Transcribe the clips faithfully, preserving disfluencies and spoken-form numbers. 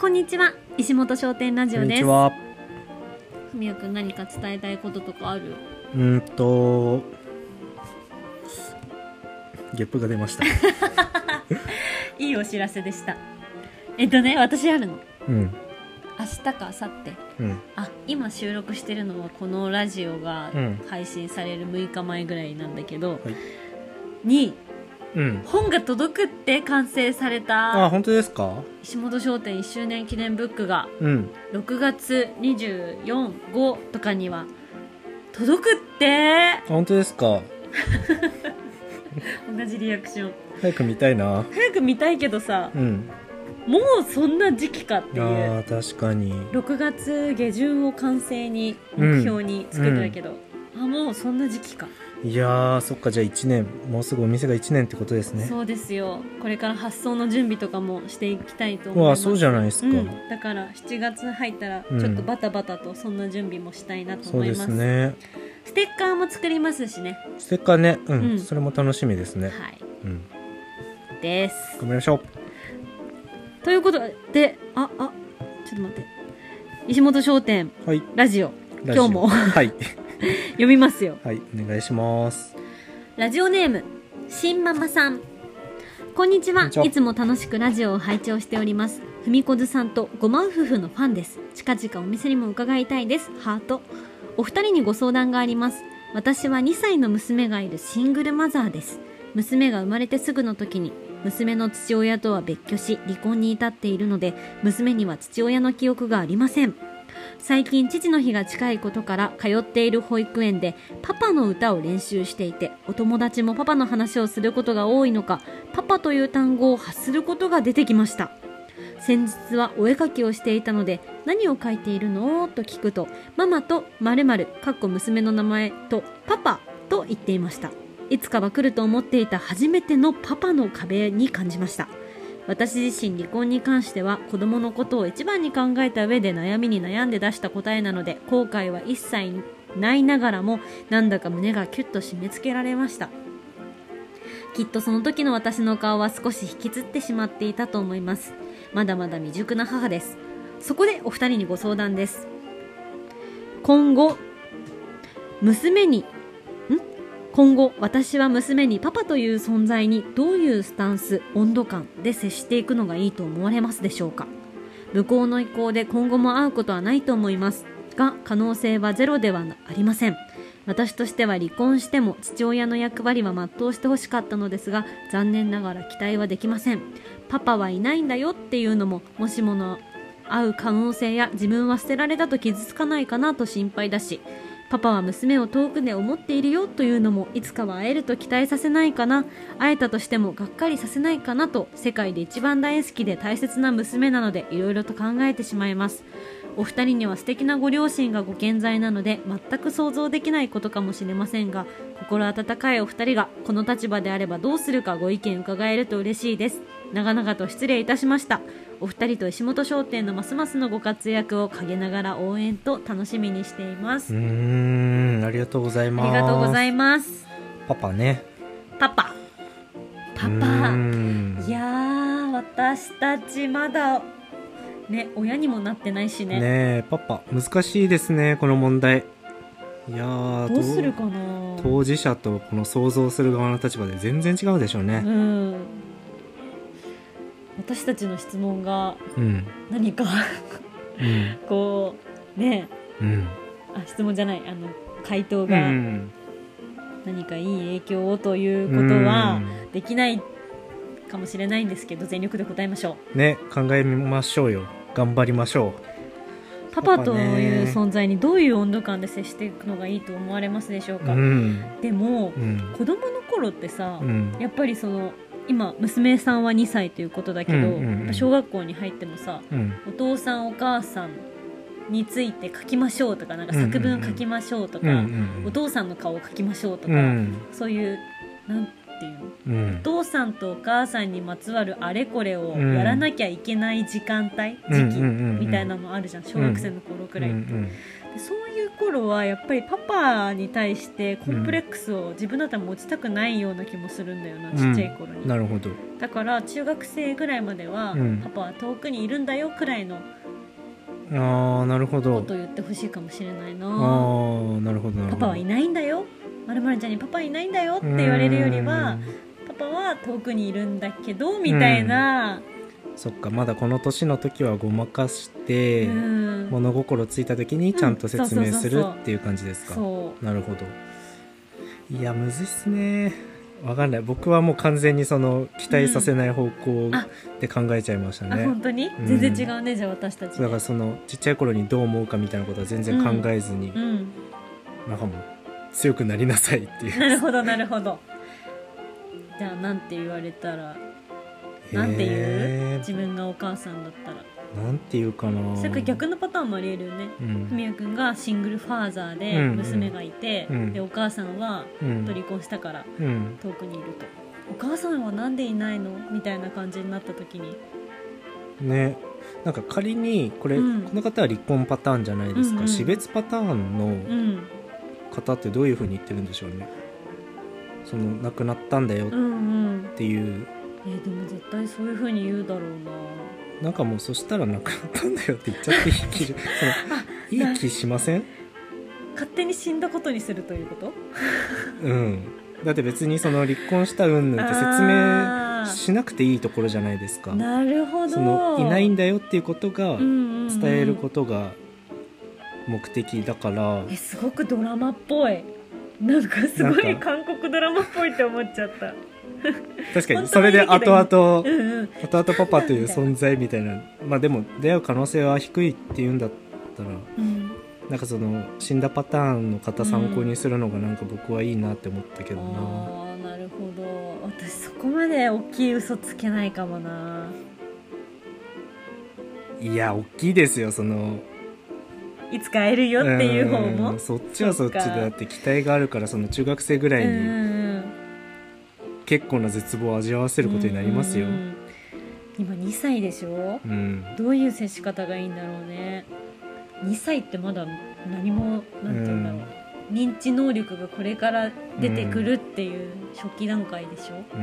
こんにちは、石本商店ラジオこんです。 にちは。 ふみやくん、何か伝えたいこととかある？ うーんとゲップが出ました。 いいお知らせでした。えっとね、私あるの。 うん明日か明後日。 うんあ、今収録してるのはこのラジオがうん配信されるむいかまえぐらいなんだけど、 はいにうん本が届くって完成されあ、 た本当ですか？ 石本商店いっしゅうねん記念ブックがうんろくがつにじゅうよっか、ごとかには届くって。 あ、本当ですか？ 同じリアクション。 早く見たいな。 早く見たいけどさ、 うんもうそんな時期かっていう。 あー確かに。 ろくがつげじゅんを完成に目標に作ってたけど、あ、もうそんな時期か。 いやーそっか、じゃあいちねん、もうすぐお店がいちねんってことですね。 そうですよ。これから発送の準備とかもしていきたいと思います。 うわ、そうじゃないですか。 うん、だからしちがつ入ったらうんちょっとバタバタとそんな準備もしたいなとそうで思います。 すね。 ステッカーも作りますしね。 ステッカーね、うん、 うんそれも楽しみですね。 はいうん、 です。 頑張りましょう。 ということで、ああちょっと待って、石本商店はい。 ラジオラジオ今日もはい読みますよ。 はい、お願いします。 ラジオネーム新ママさん、こんにちは。 こんにちはいつも楽しくラジオを拝聴しております。ふみこずさんとごま夫婦のファンです。近々お店にも伺いたいです。ハート。お二人にご相談があります。私はにさいの娘がいるシングルマザーです。娘が生まれてすぐの時に娘の父親とは別居し離婚に至っているので、娘には父親の記憶がありません。最近父の日が近いことから通っている保育園でパパの歌を練習していて、お友達もパパの話をすることが多いのか、パパという単語を発することが出てきました。先日はお絵描きをしていたので、何を描いているのと聞くと、ママと〇〇かっこ娘の名前とパパと言っていました。いつかは来ると思っていた初めてのパパの壁に感じました。私自身離婚に関しては子供のことを一番に考えた上で悩みに悩んで出した答えなので、後悔は一切ないながらも、なんだか胸がキュッと締め付けられました。きっとその時の私の顔は少し引きつってしまっていたと思います。まだまだ未熟な母です。そこでお二人にご相談です。今後娘にん今後私は娘にパパという存在にどういうスタンス、温度感で接していくのがいいと思われますでしょうか。向こうの意向で今後も会うことはないと思いますが、可能性はゼロではありません。私としては離婚しても父親の役割は全うしてほしかったのですが、残念ながら期待はできません。パパはいないんだよっていうのも、もしもの会う可能性や自分は捨てられたと傷つかないかなと心配だし、パパは娘を遠くで思っているよというのも、いつかは会えると期待させないかな、会えたとしてもがっかりさせないかなと、世界で一番大好きで大切な娘なのでいろいろと考えてしまいます。お二人には素敵なご両親がご健在なので全く想像できないことかもしれませんが、心温かいお二人がこの立場であればどうするかご意見伺えると嬉しいです。長々と失礼いたしました。お二人と石本商店のますますのご活躍を陰ながら応援と楽しみにしています。 うーん、ありがとうございます。 ありがとうございます。 パパね。 パパパうーパんいやー、私たちまだね、親にもなってないしね。 ねえ、パパ難しいですね、この問題。いやー、 どうするかな。 当事者とこの想像する側の立場で全然違うでしょうね。 うん、私たちの質問がうん何か、 うんこうね、 うんあ、質問じゃない、あの回答うがん何かいい影響をということはできないかもしれないんですけど、全力で答えましょう。 ね、考えましょうよ。頑張りましょパパという存在にどういう温度感で接していくのがいいと思われますでしょうう。 か。 うん、 でも、 うん、 子供の頃ってさ、 うんやっぱりその今娘さんはにさいということだけど、 うんうんうん小学校に入ってもさ、 うんお父さんお母さんについて書きましょうとか、なんか作文書きましょうとか、 うんうんお父さんの顔を書きましょうとか、 うんそういうなんていうの、 うんお父さんとお母さんにまつわるあれこれをやらなきゃいけない時間帯、 うん時期うんうんうんみたいなのあるじゃん、小学生の頃くらいって、 うんうんでそういいう頃はやっぱりパパに対してコンプレックスを自分だったら持ちたくないような気もするんだよな、うん、ちっちゃい頃に。 なるほど。 だから中学生ぐらいまでは、うん、パパは遠くにいるんだよくらいのああなるほどことを言ってほしいかもしれないな。ああなるほどなるほど。 パパはいないんだよ、まるまるちゃんにパパいないんだよって言われるよりは、パパは遠くにいるんだけどみたいな。 そっか、まだこの年の時はごまかして、うん、物心ついた時にちゃんと説明するっていう感じですか。そうなるほど。いやむずいっすね。わかんない。僕はもう完全にその期待させない方向で考えちゃいましたね、 うん、あ本当に、うん、全然違うね。じゃあ私たち、ね、 だからそのちっちゃい頃にどう思うかみたいなことは全然考えずに、うんうん、なんかもう強くなりなさいっていう。 なるほどなるほど。じゃあなんて言われたらなんて言う？自分がお母さんだったらなんて言うかな。 それから逆のパターンもありえるよね。ふみやくんがシングルファーザーで娘がいて、うんうん、でお母さんはと離婚したから遠くにいると、うん、お母さんはなんでいないのみたいな感じになった時にね、なんか仮にこれ、うん、この方は離婚パターンじゃないですか、うんうん、死別パターンの方ってどういう風に言ってるんでしょうね。その亡くなったんだよっていう、うんうん、 えー、でも絶対そういう風に言うだろうな。 なんかもうそしたら亡くなったんだよって言っちゃっていい気そのいい気しません？ 勝手に死んだことにするということ？ うん。だって別にその離婚した云々って説明しなくていいところじゃないですか。 なるほど。 そのいないんだよっていうことが伝えることが目的だから、うんうんうん、 えすごくドラマっぽい。なんかすごい韓国ドラマっぽいって思っちゃった。 確かにそれで後々、うんうん、後々パパという存在みたいな、まあでも出会う可能性は低いっていうんだったら、うん、なんかその死んだパターンの方参考にするのがなんか僕はいいなって思ったけどな、うん、 あなるほど。私そこまで大きい嘘つけないかもな。 いや大きいですよ。そのいつか会えるよっていう方も、 うん、そっちはそっちでだって期待があるから、その中学生ぐらいに結構な絶望を味わわせることになりますよ。うんうん、 今にさいでしょ、うん、どういう接し方がいいんだろうね。にさいってまだ何もなんていうんだろう、うん、認知能力がこれから出てくるっていう初期段階でしょ、うん、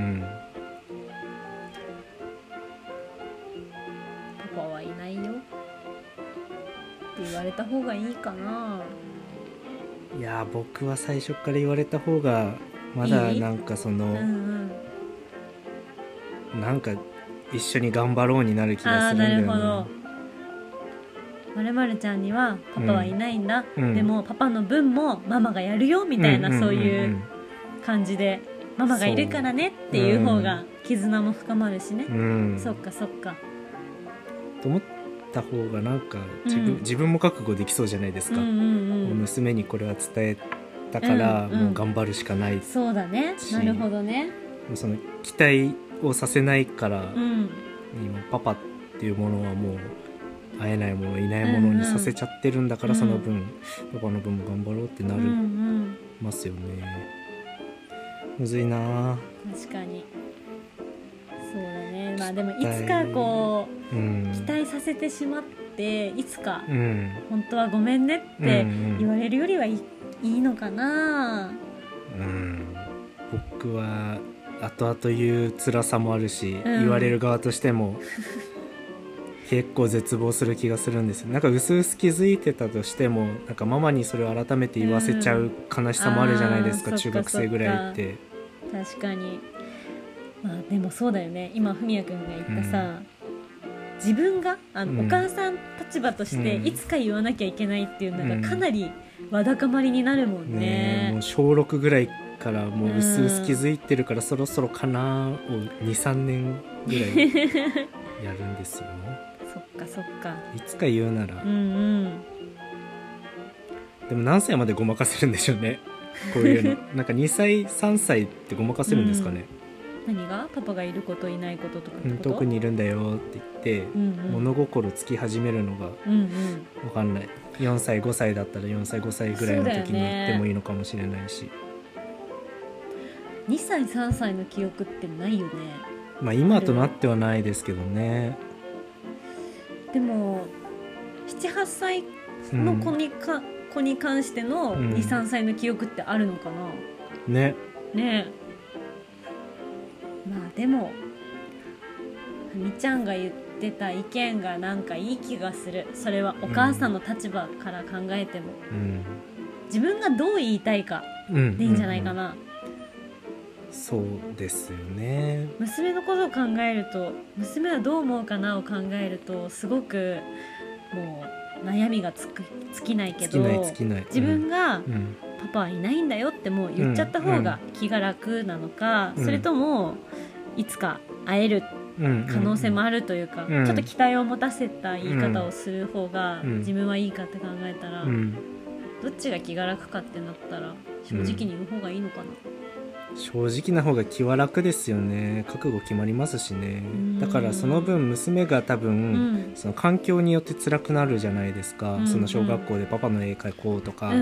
パパはいないよって言われた方がいいかな。 いや僕は最初から言われた方がまだなんかその、うんうん、なんか一緒に頑張ろうになる気がするんだよね。あーなるほど。 まるまるちゃんにはパパはいないんだ、うん、でもパパの分もママがやるよみたいな、うんうんうんうん、そういう感じでママがいるからねっていう方が絆も深まるしね、うん、そっかそっかと思った方がなんか自分、うん、自分も覚悟できそうじゃないですか、うんうんうん、娘にこれは伝えたからもう頑張るしかない、うんうん、 そうだね。なるほどね。 その期待をさせないから、うん、今パパっていうものはもう会えないものいないものにさせちゃってるんだから、うんうん、その分パパの分も頑張ろうってなる、うんうん、ますよね。むずいな。 確かにそうだね。まあでもいつかこう、うん、期待させてしまっていつか、うん、本当はごめんねって言われるよりはいい、いいのかな。 うん、僕は後々言う辛さもあるし、うん、言われる側としても結構絶望する気がするんですよ。なんか薄々気づいてたとしてもなんかママにそれを改めて言わせちゃう悲しさもあるじゃないですか、うん、中学生ぐらいって。 確かに、まあ、でもそうだよね。今ふみやくんが言ったさ、うん、自分があの、うん、お母さん立場としていつか言わなきゃいけないっていうのがかなりわだかまりになるもんね。ね、 もう小ろくぐらいからもう薄々気づいてるから、うん、そろそろかなをにさんねんぐらいやるんですよ。 そっかそっか。 いつか言うなら、うんうん、でも何歳までごまかせるんでしょうねこういうのなんかにさいさんさいってごまかせるんですかね、 うん、何がパパがいることいないこととかってこと、 うん、遠くにいるんだよって言って、うんうん、物心つき始めるのが、うんうん、分かんない。よんさいごさいだったらよんさいごさいぐらいの時に言ってもいいのかもしれないし、 にさいさんさいの記憶ってないよね。 まあ今となってはないですけどね。 でもななはっさいの子にか、うん、 子に関してのうんに、さんさいの記憶ってあるのかな。 ね。 ねえ。まあでもふみちゃんが言ってた意見がなんかいい気がする。それはお母さんの立場から考えても、 うん、 自分がどう言いたいかうんでいいんじゃないかな、 うんうん、そうですよね。 娘のことを考えると、娘はどう思うかなを考えるとすごくもう悩みがつく尽きないけど、 尽きない尽きない、 自分が、 うん、 パパはいないんだよってもう言っちゃった方が気が楽なのか、 うん、 それともいつか会える可能性もあるというか、 うん、 ちょっと期待を持たせた言い方をする方が自分はいいかって考えたら、 うん、 どっちが気が楽かってなったら正直に言う方がいいのかな、 うん、正直な方が気は楽ですよね。覚悟決まりますしね。だからその分娘が多分、うん、その環境によって辛くなるじゃないですか、うん、その小学校でパパの絵描こうとか、うんうん、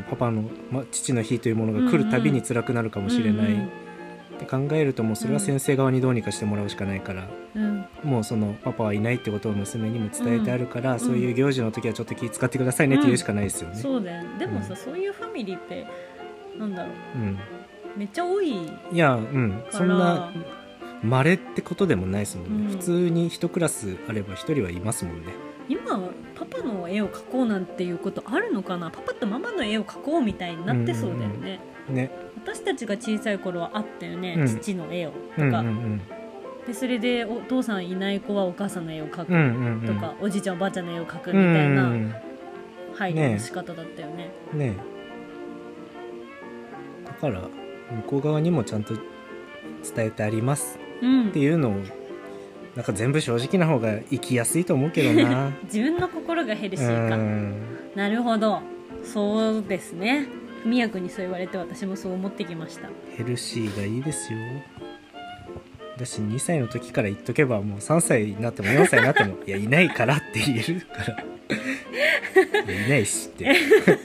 パパの、ま、父の日というものが来るたびに辛くなるかもしれない、うんうん、って考えるともうそれは先生側にどうにかしてもらうしかないから、うん、もうそのパパはいないってことを娘にも伝えてあるから、うん、そういう行事の時はちょっと気遣ってくださいねって言うしかないですよね、 うん、そうだよね。でもさ、うん、そういうファミリーってなんだろう、うん、めっちゃ多い。いや、うん、そんな稀ってことでもないですもんね、うん、普通に一クラスあれば一人はいますもんね。 今パパの絵を描こうなんていうことあるのかな。パパとママの絵を描こうみたいになってそうだよね、うんうんうん、ね。私たちが小さい頃はあったよね、うん、父の絵をとか、うんうんうん、でそれでお父さんいない子はお母さんの絵を描くとか、うんうんうん、おじいちゃんおばあちゃんの絵を描くみたいな配慮の仕方だったよね。 ねねだから向こう側にもちゃんと伝えてありますっていうのを、うん、なんか全部正直な方が生きやすいと思うけどな自分の心がヘルシーか。なるほど、そうですね。文也君にそう言われて私もそう思ってきました。 ヘルシーがいいですよ。だしにさいの時から言っとけばもうさんさいになってもよんさいになってもいやいないからって言えるからいやいないしって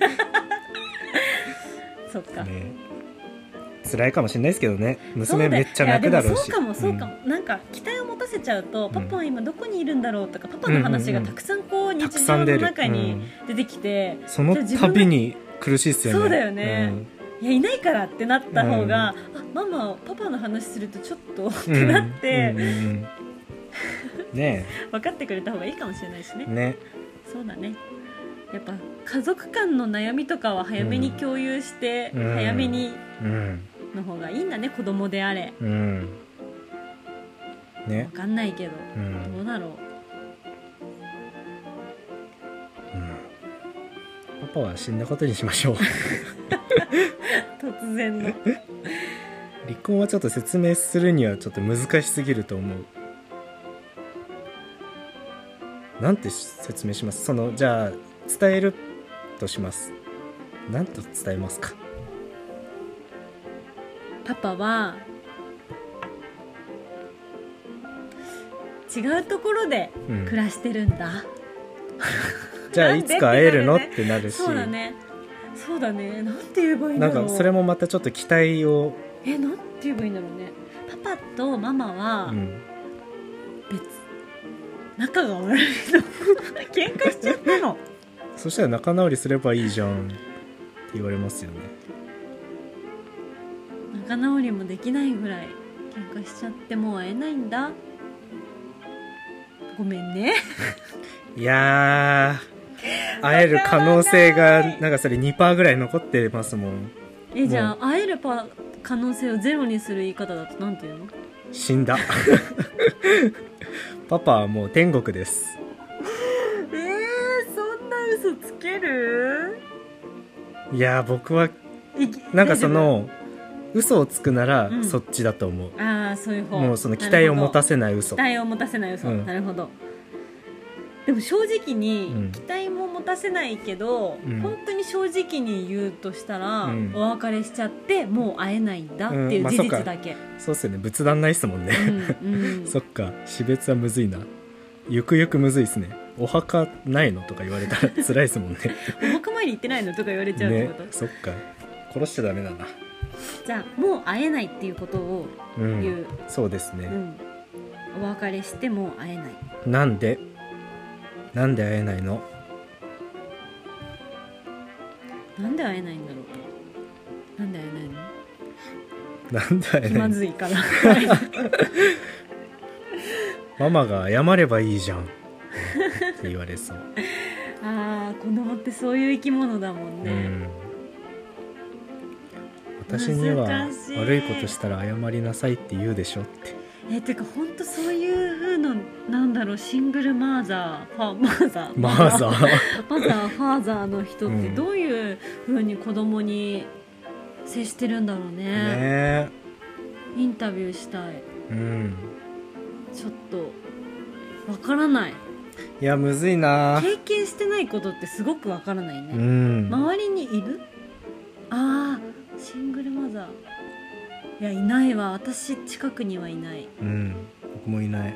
そっか、 ね、辛いかもしれないですけどね。娘めっちゃ泣くだろうし。 そうかもそうかも、うん、なんか期待を持たせちゃうと、パパは今どこにいるんだろうとか、パパの話がたくさんこう日常の中に出てきて、うん、 その度に苦しいっすよね。 そうだよね、うん、いやいないからってなった方が、うん、あママパパの話するとちょっとってなって、うんうんうん、ね分かってくれた方がいいかもしれないしね。 ね、 そうだね。やっぱ家族間の悩みとかは早めに共有して、うん、早めにの方がいいんだね、子供であれ、うんね、分かんないけど、うん、どうだろう、 うん、パパは死んだことにしましょう突然の離婚はちょっと説明するにはちょっと難しすぎると思う。なんて説明します？そのじゃあ伝えるとします。なんと伝えますか？ パパは違うところで暮らしてるんだ、 うん、じゃあいつか会えるのってなるし、 そうだねそうだね、なんて言えばいいんだろう。 なんかそれもまたちょっと期待を、 え、なんて言えばいいんだろうね。パパとママは別、うん、仲が悪いの喧嘩しちゃったのそしたら仲直りすればいいじゃんって言われますよね。 仲直りもできないぐらい喧嘩しちゃってもう会えないんだ。ごめんねいやー会える可能性がなんかそれ にパーセント ぐらい残ってますもん。 え、じゃあ会えるパ可能性をゼロにする言い方だとなんて言うの？ 死んだパパはもう天国です。 えー、そんな嘘つける？ いや僕はなんかその嘘をつくならそっちだと思う、うん、 ああそういう方。 もうその期待を持たせない嘘。 期待を持たせない嘘、うん、なるほど。でも正直に期待も持たせないけど、うん、本当に正直に言うとしたら、うん、お別れしちゃってもう会えないんだっていう事実だけ、うんまあ、 そうっすよね。仏壇ないっすもんね、うんうん、そっか死別はむずいな。ゆくゆくむずいっすね。お墓ないのとか言われたら辛いっすもんねお墓参り行ってないのとか言われちゃうってこと、ね、 そっか殺しちゃダメだな。 じゃあもう会えないっていうことを言う、うん、 そうですね、うん、 お別れしてもう会えない。 なんでなんで会えないの？ 会えないんだろう。なんで会えないの？ なんだよね。 気まずいからママが謝ればいいじゃんって言われそう。 ああ、子供ってそういう生き物だもんね、 うん、私には難しい。 悪いことしたら謝りなさいって言うでしょって。 えてか本当そういう風のなんだろう、シングルマーザーファマーザーマーザーマザーファーザーの人ってうんどういう風に子供に接してるんだろうね。 ねインタビューしたい。 え、うん、 ちょっとわからない。 いやむずいな。 経験してないことってすごくわからないね、 うん、 周りにいる？あー、シングルマザー、いやいないわ、私近くにはいない。 うん、僕もいない。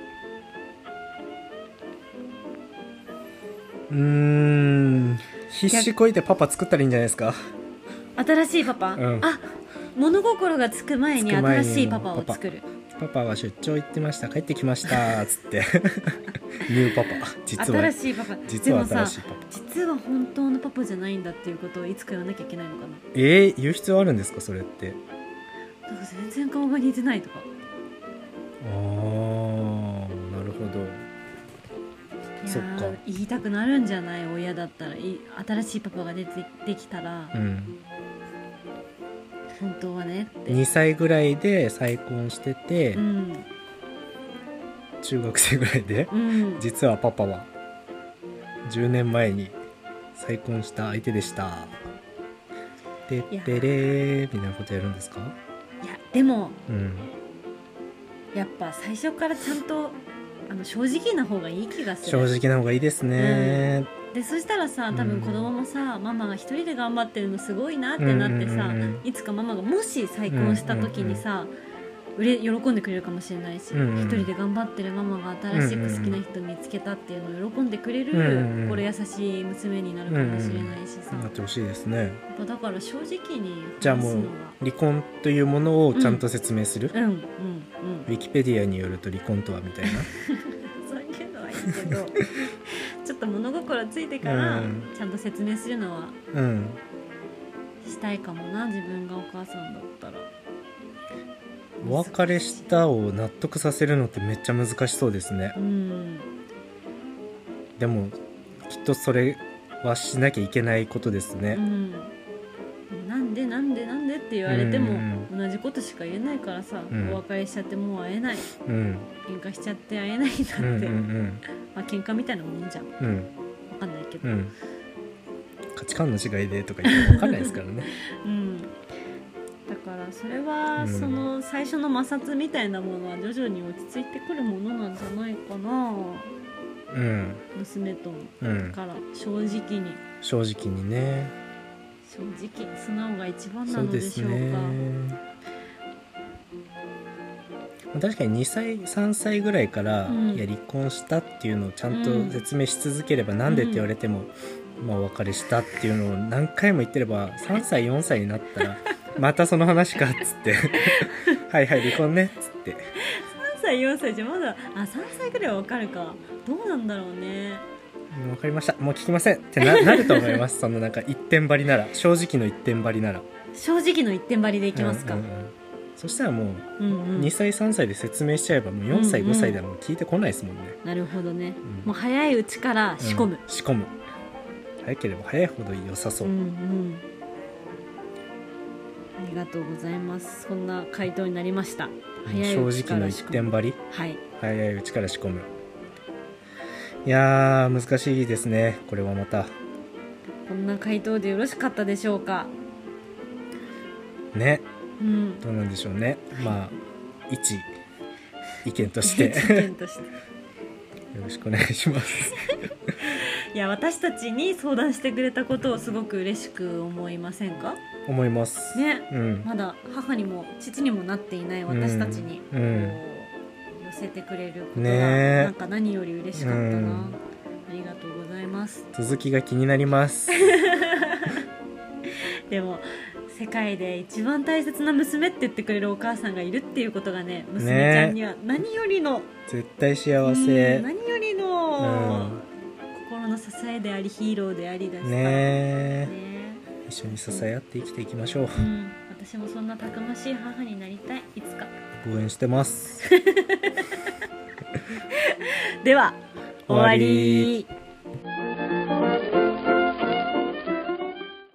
うーん、必死こいてパパ作ったらいいんじゃないですか。 新しいパパ、 うん、 あ、物心がつく前に新しいパパを作る。 パパは出張行ってました、帰ってきましたつってニューパパ、実は新しいパパ、 実は新しいパパ、 実は本当のパパじゃないんだっていうことをいつか言わなきゃいけないのかな。 えー、言う必要あるんですかそれって。 なんか全然顔が似てないとか。 あー、なるほど。 いやそっか、 言いたくなるんじゃない、親だったら。い新しいパパが出てできたら、 うん、 本当はねって。 にさいぐらいで再婚してて、 うん、 中学生ぐらいで、 うん、 実はパパはじゅうねんまえに再婚した相手でしたてってれーみたいなことやるんですか。 いやでも、 うん、 やっぱ最初からちゃんとあの正直な方がいい気がする。 正直な方がいいですね、 うん、でそしたらさ、多分子供もさ、うん、ママが一人で頑張ってるのすごいなってなってさ、うんうんうんうん、いつかママがもし再婚した時にさ、うんうんうん、うれ喜んでくれるかもしれないし、うんうん、一人で頑張ってるママが新しく好きな人見つけたっていうのを喜んでくれる、うんうん、これ優しい娘になるかもしれないしさ、 うんうん、なってほしいですね。 だから正直にじゃあもう離婚というものをちゃんと説明する、 うんうんうんうん、 ウィキペディアによると離婚とはみたいなそういうのはいいけどちょっと物心ついてからちゃんと説明するのはしたいかもな、自分がお母さんだったら。 お別れしたを納得させるのってめっちゃ難しそうですね、うん、でもきっとそれはしなきゃいけないことですね、うん、 なんでなんでなんでって言われても同じことしか言えないからさ、うん、お別れしちゃってもう会えない、うん、喧嘩しちゃって会えないんだって、うんうんうん、まあ喧嘩みたいなもんじゃん、うん、分かんないけど、うん、 価値観の違いでとか言っても分かんないですからね、 うん、だからそれはその最初の摩擦みたいなものは徐々に落ち着いてくるものなんじゃないかな、うん、娘とから正直に、 正直にね、 正直に素直が一番なのでしょうか。そうですね、 確かににさいさんさいぐらいから、うん、いや離婚したっていうのをちゃんと説明し続ければ、うん、なんでって言われても、うん、まあお別れしたっていうのを何回も言ってればさんさいよんさいになったらまたその話かっつってはいはい離婚ねっつってさんさいよんさいじゃまだ、あ、さんさいぐらいは分かるか、どうなんだろうね。 分かりました、もう聞きませんって な, なると思いますそのなんか一点張りなら、正直の一点張りなら正直の一点張りでいきますか、うんうんうん、 そしたらもう、うんうん、にさいさんさいで説明しちゃえばもうよんさい、うんうん、ごさいではもう聞いてこないですもんね。なるほどね、うん、もう早いうちから仕込む、 うん、仕込む、早ければ早いほど良さそう、うんうん、 ありがとうございます。そんな回答になりました。 早いうちから仕込む、正直の一点張り、 はい、 早いうちから仕込む。いやー難しいですね、これはまた。 こんな回答でよろしかったでしょうかね、 うん、 どうなんでしょうね、まあ一意見として一意見としてよろしくお願いしますいや、私たちに相談してくれたことをすごく嬉しく思いませんか。 思いますね、 うん、 まだ母にも父にもなっていない私たちに、うんうん、寄せてくれることが、ね、なんか何より嬉しかったな、うん、ありがとうございます。 続きが気になりますでも世界で一番大切な娘って言ってくれるお母さんがいるっていうことがね、娘ちゃんには何よりの、ね、 絶対幸せ、 何よりの、うん、心の支えでありヒーローでありだしね、 ね、 一緒に支え合って生きていきましょう。 うん、私もそんなたくましい母になりたい、いつか。 応援してます。 では終わ終わりり。